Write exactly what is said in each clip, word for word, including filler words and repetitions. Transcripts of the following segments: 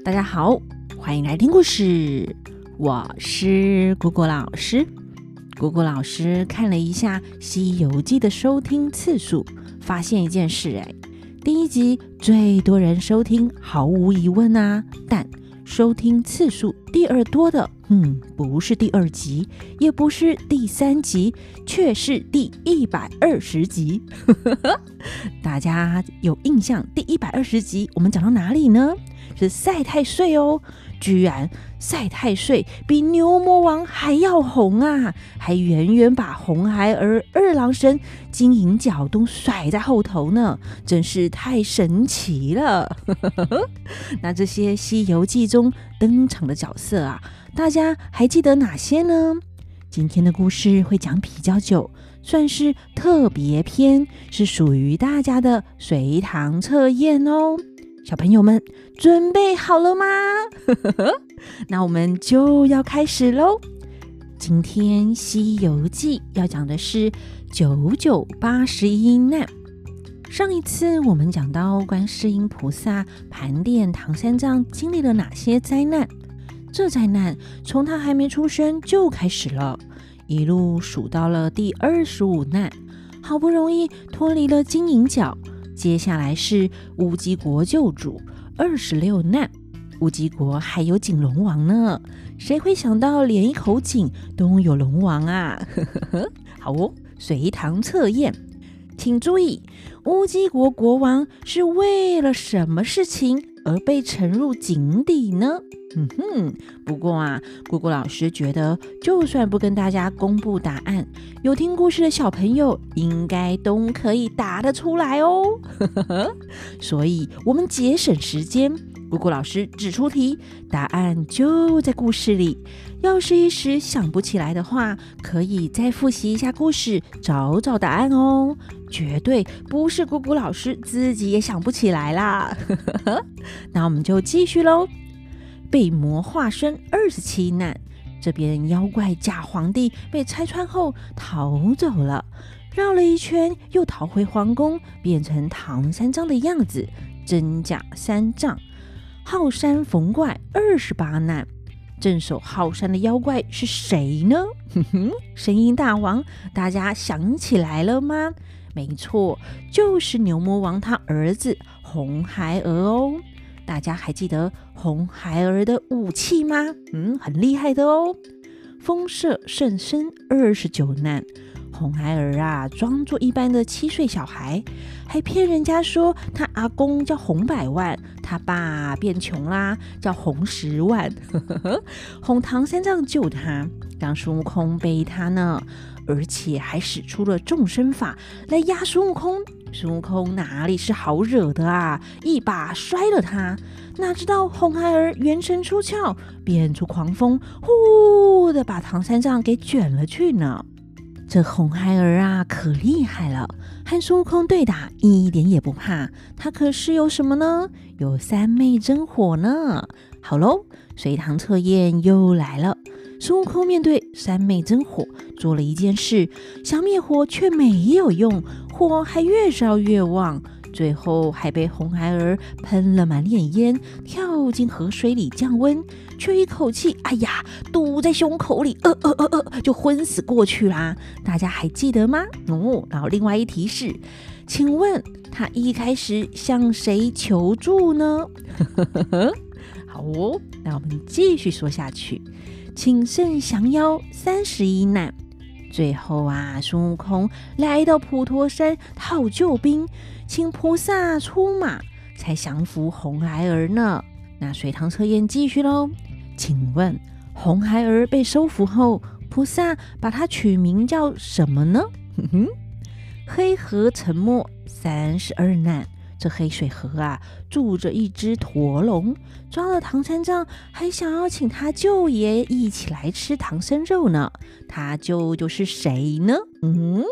大家好，欢迎来听故事，我是果果老师。果果老师看了一下《西游记》的收听次数，发现一件事哎，第一集最多人收听，毫无疑问啊，但收听次数第二多的，嗯，不是第二集，也不是第三集，却是第一百二十集。大家有印象？第一百二十集我们讲到哪里呢？是赛太岁哦，居然赛太岁比牛魔王还要红啊，还远远把红孩儿、二郎神、金银角都甩在后头呢，真是太神奇了。那这些《西游记》中登场的角色啊，大家还记得哪些呢？今天的故事会讲比较久，算是特别篇，是属于大家的随堂测验哦。小朋友们准备好了吗？那我们就要开始咯。今天《西游记》要讲的是九九八十一难。上一次我们讲到观世音菩萨盘点唐三藏经历了哪些灾难，这灾难从他还没出生就开始了，一路数到了第二十五难，好不容易脱离了金银角。接下来是乌鸡国救主，二十六难。乌鸡国还有锦龙王呢，谁会想到连一口井都有龙王啊？好哦，随堂测验，请注意，乌鸡国国王是为了什么事情而被沉入井底呢？嗯哼，不过啊，果果老师觉得，就算不跟大家公布答案，有听故事的小朋友应该都可以答得出来哦。所以我们节省时间，果果老师指出题，答案就在故事里。要是一时想不起来的话，可以再复习一下故事，找找答案哦。绝对不是果果老师自己也想不起来啦。那我们就继续咯。被魔化身二十七难，这边妖怪假皇帝被拆穿后逃走了，绕了一圈又逃回皇宫，变成唐三藏的样子，真假三藏。浩山逢怪二十八难，镇守浩山的妖怪是谁呢？哼哼，声音大王，大家想起来了吗？没错，就是牛魔王他儿子红孩儿哦。大家还记得红孩儿的武器吗？嗯，很厉害的哦。风射圣身二十九难，红孩儿啊，装作一般的七岁小孩，还骗人家说他阿公叫红百万，他爸变穷啦，叫红十万。哄唐三藏救他，让孙悟空背他呢，而且还使出了众生法来压孙悟空。孙悟空哪里是好惹的啊，一把摔了他。哪知道红孩儿元神出窍，变出狂风，呼的把唐三藏给卷了去呢。这红孩儿啊，可厉害了，和孙悟空对打一点也不怕。他可是有什么呢？有三昧真火呢。好喽，随堂测验又来了。孙悟空面对三昧真火做了一件事，想灭火却没有用，火还越烧越旺，最后还被红孩儿喷了满脸烟，跳进河水里降温，却一口气哎呀堵在胸口里，呃呃呃呃就昏死过去啦。大家还记得吗？哦，然后另外一题是，请问他一开始向谁求助呢？好哦，那我们继续说下去。请圣降妖三十一难，最后啊，孙悟空来到普陀山讨救兵，请菩萨出马，才降服红孩儿呢。那随堂测验继续咯，请问红孩儿被收服后，菩萨把他取名叫什么呢？哼哼，黑河沉没三十二难。这黑水河啊，住着一只驼龙，抓了唐三藏，还想要请他舅爷一起来吃唐僧肉呢。他舅就是谁呢？嗯，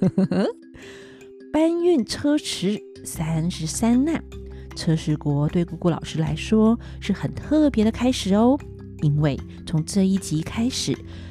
搬运车迟三十三难。车迟国对姑姑老师来说是很特别的开始哦，因为从这一集开始，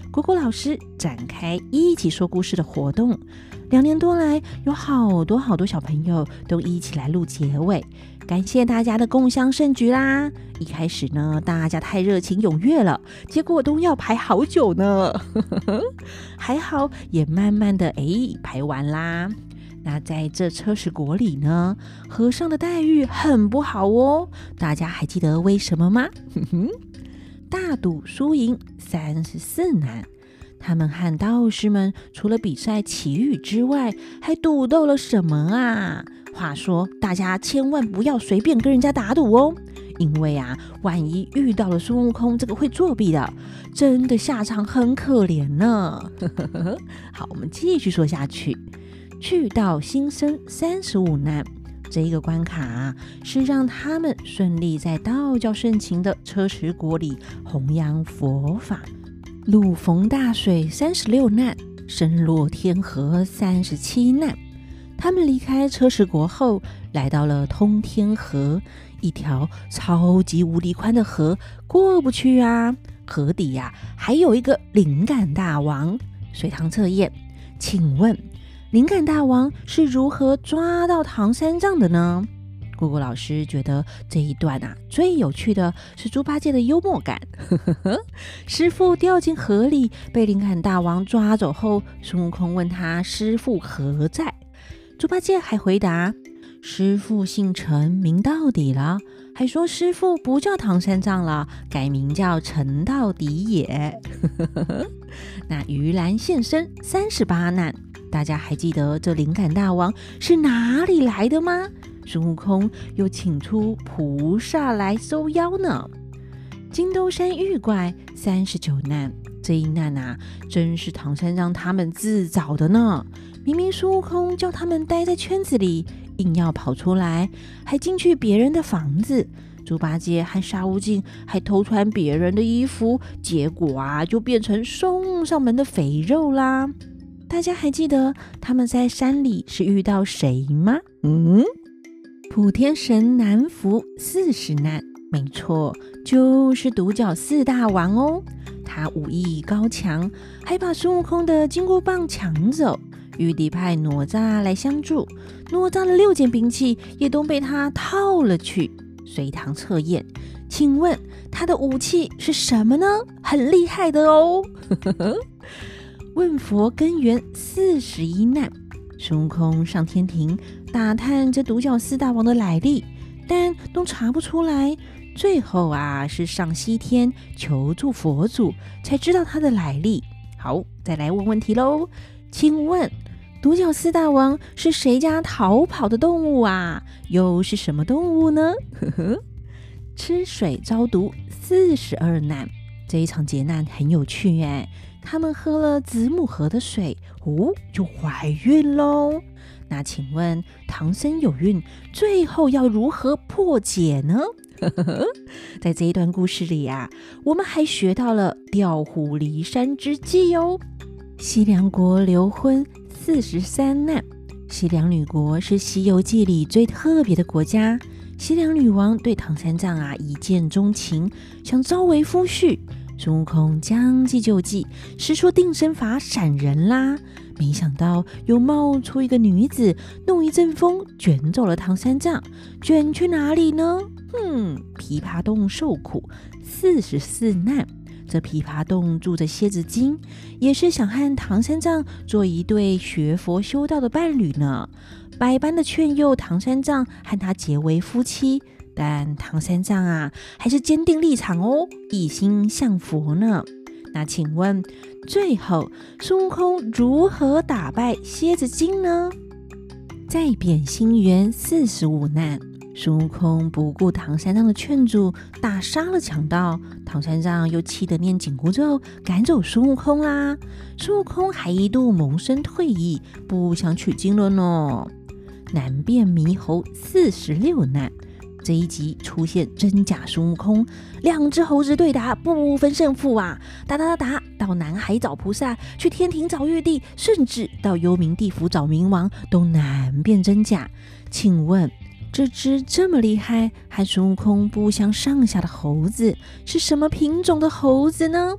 果果老师展开一起说故事的活动。两年多来，有好多好多小朋友都一起来录结尾，感谢大家的共襄盛举啦！一开始呢，大家太热情踊跃了，结果都要排好久呢。还好，也慢慢的哎排完啦。那在这车匙国里呢，和尚的待遇很不好哦，大家还记得为什么吗？大赌输赢三十四难。他们和道士们除了比赛祈雨之外，还赌斗了什么啊？话说，大家千万不要随便跟人家打赌哦，因为啊，万一遇到了孙悟空这个会作弊的，真的下场很可怜呢。好，我们继续说下去。去道新生三十五难，这一个关卡啊，是让他们顺利在道教盛行的车迟国里弘扬佛法。路逢大水三十六难，身落天河三十七难。他们离开车迟国后，来到了通天河，一条超级无敌宽的河，过不去啊！河底呀、啊，还有一个灵感大王。随堂测验，请问灵感大王是如何抓到唐三藏的呢？果果老师觉得这一段啊，最有趣的是猪八戒的幽默感。师父掉进河里，被灵感大王抓走后，孙悟空问他师父何在？猪八戒还回答：师父姓陈，名到底了。还说师父不叫唐三藏了，改名叫陈到底也。那盂兰现身三十八难，大家还记得这灵感大王是哪里来的吗？孙悟空又请出菩萨来收妖呢。金兜山遇怪三十九难，这一难啊，真是唐三藏他们自找的呢。明明孙悟空叫他们待在圈子里，硬要跑出来，还进去别人的房子。猪八戒和沙悟净还偷穿别人的衣服，结果啊，就变成送上门的肥肉啦。大家还记得他们在山里是遇到谁吗？嗯，普天神难服四十难，没错，就是独角四大王哦。他武艺高强，还把孙悟空的金箍棒抢走。玉帝派哪吒来相助，哪吒的六件兵器也都被他套了去。随堂测验，请问他的武器是什么呢？很厉害的哦。问佛根源四十一难，孙悟空上天庭打探这独角四大王的来历，但都查不出来。最后啊，是上西天求助佛祖，才知道他的来历。好，再来问问题喽。请问独角四大王是谁家逃跑的动物啊？又是什么动物呢？吃水遭毒四十二难，这一场劫难很有趣耶。他们喝了子母河的水，哦，就怀孕喽。那请问唐僧有孕，最后要如何破解呢？在这一段故事里啊，我们还学到了调虎离山之计哦。西凉国流婚四十三难，西凉女国是《西游记》里最特别的国家。西凉女王对唐三藏啊一见钟情，想招为夫婿。孙悟空将计就计，使出定身法闪人啦。没想到又冒出一个女子，弄一阵风卷走了唐三藏。卷去哪里呢？哼，琵琶洞受苦四十四难。这琵琶洞住着蝎子精，也是想和唐三藏做一对学佛修道的伴侣呢。百般的劝诱唐三藏和他结为夫妻，但唐三藏啊，还是坚定立场哦，一心向佛呢。那请问，最后孙悟空如何打败蝎子精呢？再变心猿四十五难，孙悟空不顾唐三藏的劝阻，打杀了强盗。唐三藏又气得念紧箍咒，赶走孙悟空啦。孙悟空还一度萌生退意，不想取经了呢。难辨猕猴四十六难，这一集出现真假孙悟空，两只猴子对打，不分胜负啊！打打打打，到南海找菩萨，去天庭找玉帝，甚至到幽冥地府找冥王，都难辨真假。请问，这只这么厉害，和孙悟空不相上下的猴子是什么品种的猴子呢？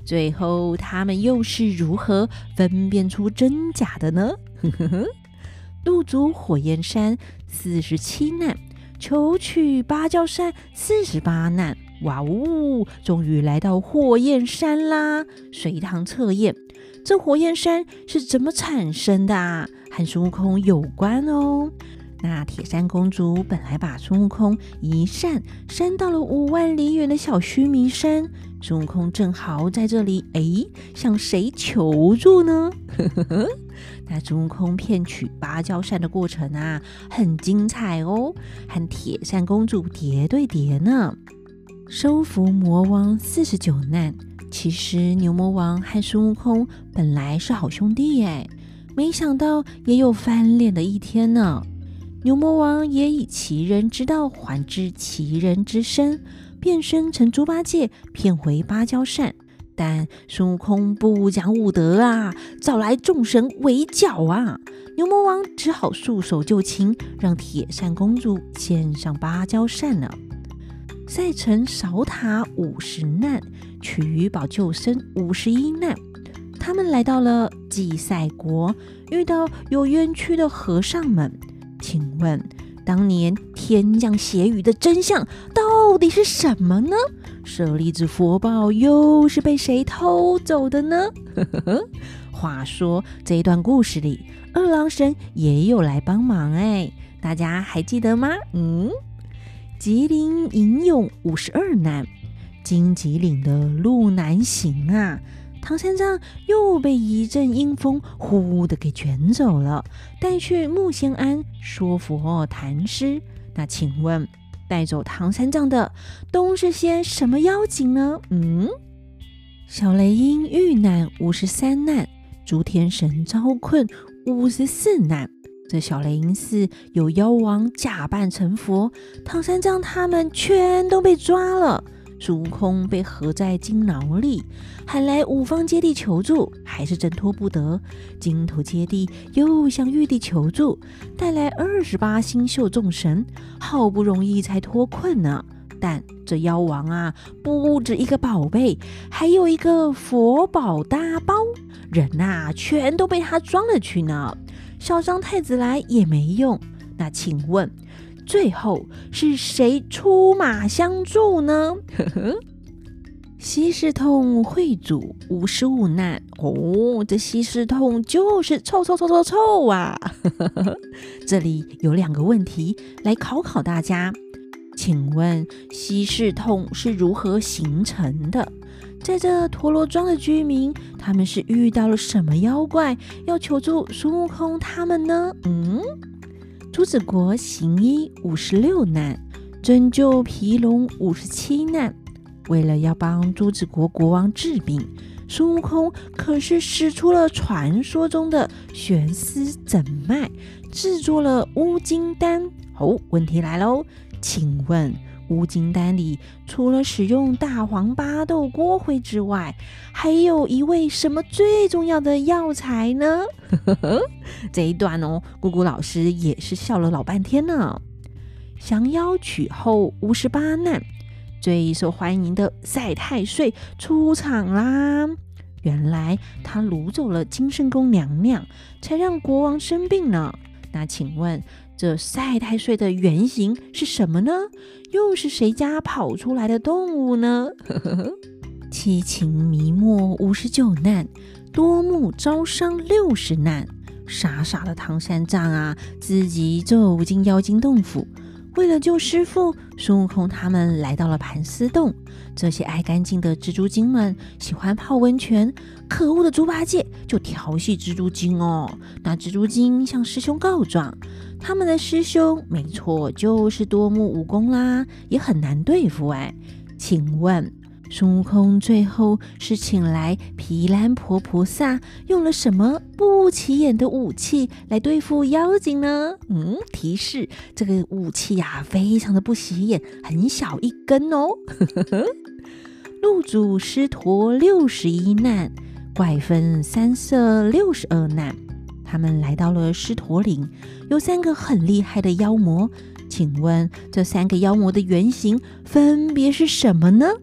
最后他们又是如何分辨出真假的呢？入主火焰山四十七难，求取芭蕉扇四十八难。哇哦，终于来到火焰山啦！随堂测验，这火焰山是怎么产生的啊？和孙悟空有关哦。那铁扇公主本来把孙悟空一扇扇到了五万里远的小须弥山，孙悟空正好在这里，哎，向谁求助呢？那孙悟空骗取芭蕉扇的过程啊，很精彩哦，和铁扇公主叠对叠呢。收服魔王四十九难，其实牛魔王和孙悟空本来是好兄弟耶，没想到也有翻脸的一天呢。牛魔王也以其人之道还治其人之身，变身成猪八戒骗回芭蕉扇，但孙悟空不讲武德啊，找来众神围剿啊，牛魔王只好束手就擒，让铁扇公主献上芭蕉扇了。赛程扫塔五十难，取鱼保救生五十一难。他们来到了祭赛国，遇到有冤屈的和尚们。请问，当年天降血雨的真相到底是什么呢？舍利子佛宝又是被谁偷走的呢？话说这一段故事里，二郎神也有来帮忙哎，大家还记得吗？嗯。吉林吟咏五十二难，荆棘岭的路难行啊！唐三藏又被一阵阴风呼的给卷走了，带去木仙庵说佛谈诗。那请问，带走唐三藏的都是些什么妖精呢？嗯，小雷音遇难五十三难，诸天神遭困五十四难。这小雷音寺有妖王假扮成佛，唐三藏他们全都被抓了。孙悟空被合在金牢里，喊来五方揭谛求助，还是挣脱不得。金头揭谛又向玉帝求助，带来二十八星宿众神，好不容易才脱困呢。但这妖王啊，不止一个宝贝，还有一个佛宝大包，人啊全都被他装了去呢。小张太子来也没用，那请问最后是谁出马相助呢？西施痛会主五十五难哦，这西施痛就是臭臭臭臭臭啊！这里有两个问题来考考大家，请问西施痛是如何形成的？在这陀螺庄的居民，他们是遇到了什么妖怪，要求助孙悟空他们呢？嗯，朱子国行医五十六难，拯救毗龙五十七难。为了要帮朱子国国王治病，孙悟空可是使出了传说中的悬丝诊脉，制作了乌金丹。哦，问题来喽，请问乌金丹里除了使用大黄巴豆锅灰之外，还有一味什么最重要的药材呢？这一段哦，姑姑老师也是笑了老半天呢。降妖取后五十八难，最受欢迎的赛太岁出场啦。原来他掳走了金圣宫娘娘，才让国王生病呢。那请问这赛太岁的原型是什么呢？又是谁家跑出来的动物呢？七情迷没五十九难，多目招伤六十难。傻傻的唐三藏啊，自己走进妖精洞府，为了救师父，孙悟空他们来到了盘丝洞。这些爱干净的蜘蛛精们喜欢泡温泉，可恶的猪八戒就调戏蜘蛛精哦。那蜘蛛精向师兄告状，他们的师兄没错，就是多目武功啦，也很难对付哎。请问孙悟空最后是请来毗蓝婆菩萨，用了什么不起眼的武器来对付妖精呢？嗯，提示这个武器啊，非常的不起眼，很小一根哦。入主狮驼六十一难，怪分三色六十二难。他们来到了狮驼岭，有三个很厉害的妖魔，请问这三个妖魔的原型分别是什么呢？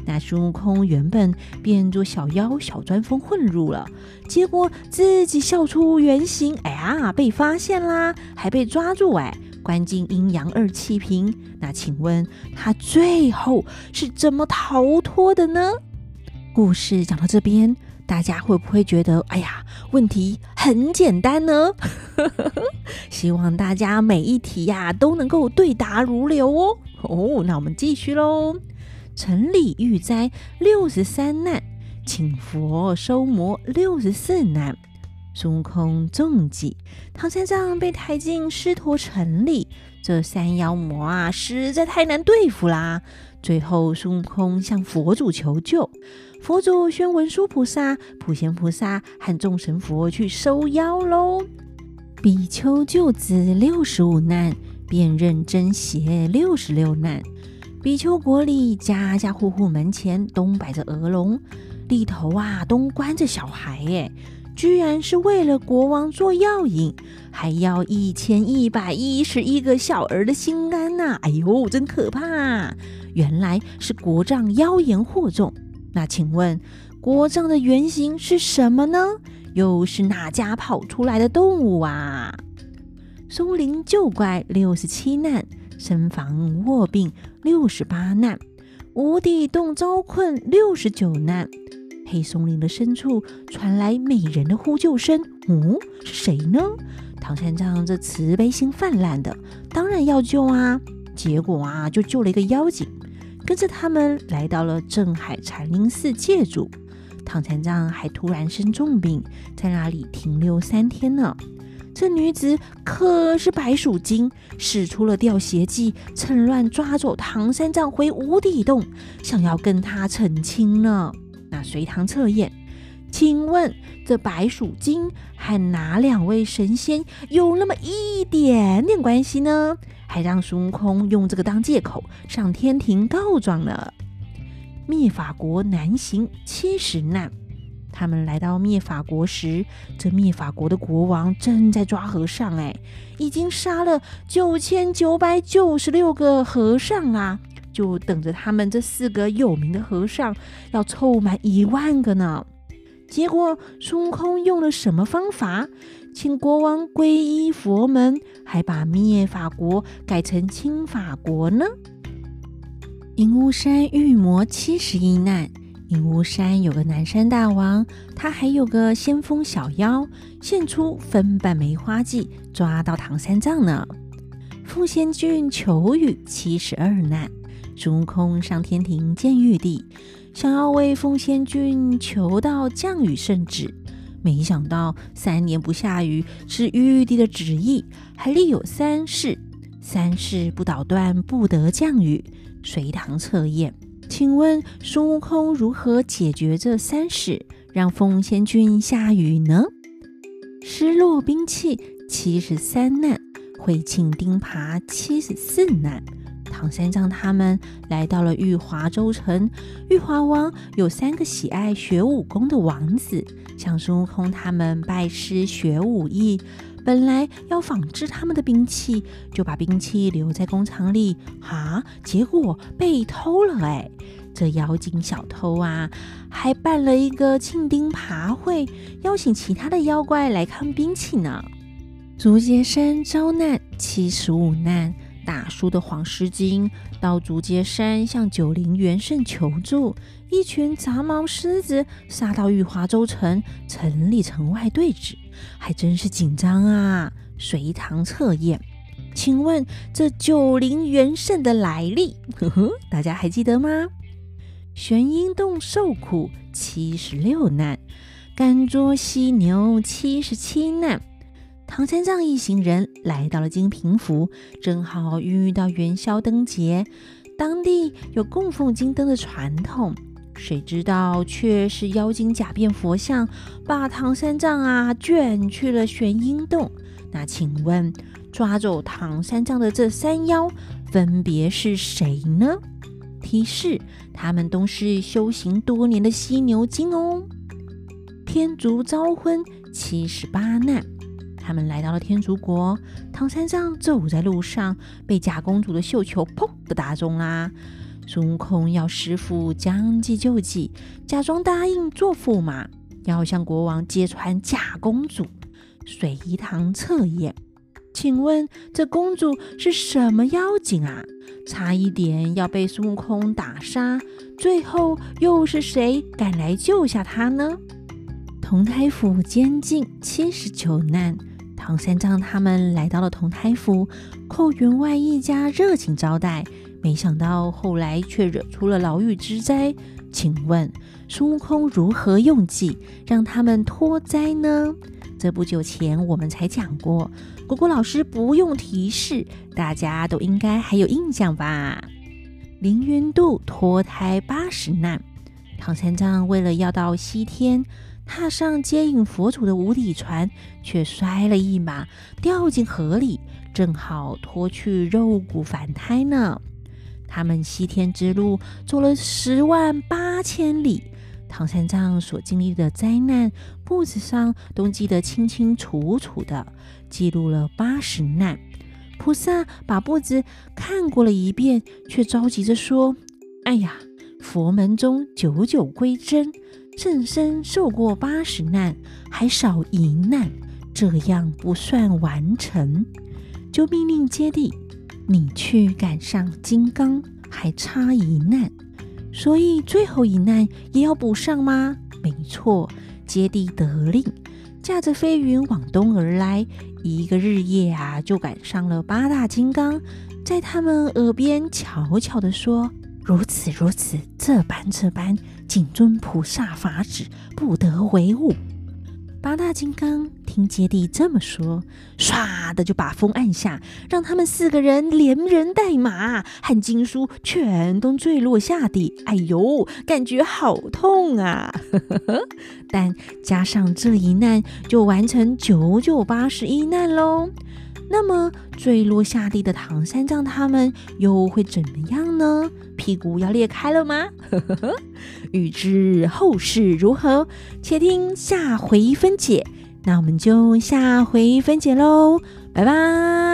那孙悟空原本变作小妖小钻风混入了，结果自己笑出原形，哎呀，被发现啦，还被抓住哎，关进阴阳二气瓶。那请问他最后是怎么逃脱的呢？故事讲到这边，大家会不会觉得哎呀，问题很简单呢？希望大家每一题呀、啊、都能够对答如流哦。哦，那我们继续喽。城里遇灾六十三难，请佛收魔六十四难。孙悟空中计，唐三藏被抬进狮驼城里，这三妖魔啊实在太难对付啦。最后孙悟空向佛祖求救，佛祖宣文殊菩萨、普贤菩萨和众神佛去收妖喽。比丘救子六十五难，辨认真邪六十六难。比丘国里家家户户门前东摆着鹅笼，里头啊都关着小孩耶，居然是为了国王做药引，还要一千一百一十一个小儿的心肝呐、啊！哎呦，真可怕！原来是国丈妖言惑众。那请问国丈的原型是什么呢？又是哪家跑出来的动物啊？松林救怪六十七难，身房卧病六十八难，无底洞遭困六十九难。黑松林的深处传来美人的呼救声，哦，是谁呢？唐三藏这慈悲心泛滥的，当然要救啊！结果啊，就救了一个妖精，跟着他们来到了镇海禅林寺借住。唐三藏还突然生重病，在那里停留三天呢。这女子可是白鼠精，使出了吊邪计，趁乱抓走唐三藏回无底洞，想要跟他成亲呢。那随堂测验，请问这白鼠精和哪两位神仙有那么一点点关系呢？还让孙悟空用这个当借口上天庭告状了。灭法国难行七十难，他们来到灭法国时，这灭法国的国王正在抓和尚，哎，已经杀了九千九百九十六个和尚啦，就等着他们这四个有名的和尚要凑满一万个呢。结果孙悟空用了什么方法？请国王皈依佛门，还把灭法国改成清法国呢？银乌山遇魔七十一难，银乌山有个南山大王，他还有个先锋小妖，现出分瓣梅花计，抓到唐三藏呢。凤仙郡求雨七十二难，孙悟空上天庭见玉帝，想要为凤仙郡求到降雨圣旨，没想到三年不下雨是玉帝的旨意，还立有三事，三事不捣断不得降雨。随堂测验，请问孙悟空如何解决这三事，让凤仙郡下雨呢？失落兵器七十三难，会庆钉耙七十四难。唐三藏他们来到了玉华州城，玉华王有三个喜爱学武功的王子，向孙悟空他们拜师学武艺。本来要仿制他们的兵器，就把兵器留在工厂里，哈，结果被偷了哎！这妖精小偷啊，还办了一个庆钉耙会，邀请其他的妖怪来看兵器呢。竹节山遭难七十五难，打输的黄狮精到竹节山向九灵元圣求助，一群杂毛狮子杀到玉华州城，城里城外对峙，还真是紧张啊！随堂测验，请问这九灵元圣的来历，呵呵，大家还记得吗？玄阴洞受苦七十六难，赶捉犀牛七十七难。唐三藏一行人来到了金平府，正好遇到元宵灯节，当地有供奉金灯的传统，谁知道却是妖精假变佛像，把唐三藏啊卷去了玄阴洞。那请问抓走唐三藏的这三妖分别是谁呢？提示：他们都是修行多年的犀牛精哦。天竺招婚七十八难，他们来到了天竺国，唐三藏走在路上，被假公主的绣球砰的打中啦。 孙悟空要师傅将计就计，假装答应做驸马，要向国王揭穿假公主，随堂测验。请问这公主是什么妖精啊？差一点要被孙悟空打杀，最后又是谁赶来救下她呢？同台府监禁七十九难，唐三藏他们来到了同台府，寇员外一家热情招待，没想到后来却惹出了牢狱之灾。请问孙悟空如何用计让他们脱灾呢？这不久前我们才讲过，果果老师不用提示，大家都应该还有印象吧？凌云渡脱胎八十难，唐三藏为了要到西天，踏上接引佛祖的无底船，却摔了一马，掉进河里，正好脱去肉骨凡胎呢。他们西天之路走了十万八千里，唐三藏所经历的灾难，簿子上都记得清清楚楚的，记录了八十难。菩萨把簿子看过了一遍，却着急着说：哎呀，佛门中九九归真，正身受过八十难，还少一难，这样不算完成。就命令接地，你去赶上金刚，还差一难，所以最后一难也要补上吗？没错，接地得令，驾着飞云往东而来，一个日夜啊，就赶上了八大金刚，在他们耳边悄悄地说：如此如此，这般这般，谨遵菩萨法旨，不得为误。八大金刚听接地这么说，唰的就把风按下，让他们四个人连人带马和经书全都坠落下地。哎呦，感觉好痛啊！但加上这一难，就完成九九八十一难喽。那么坠落下地的唐三藏他们又会怎么样呢？屁股要裂开了吗？欲知后事如何，且听下回分解。那我们就下回分解喽，拜拜。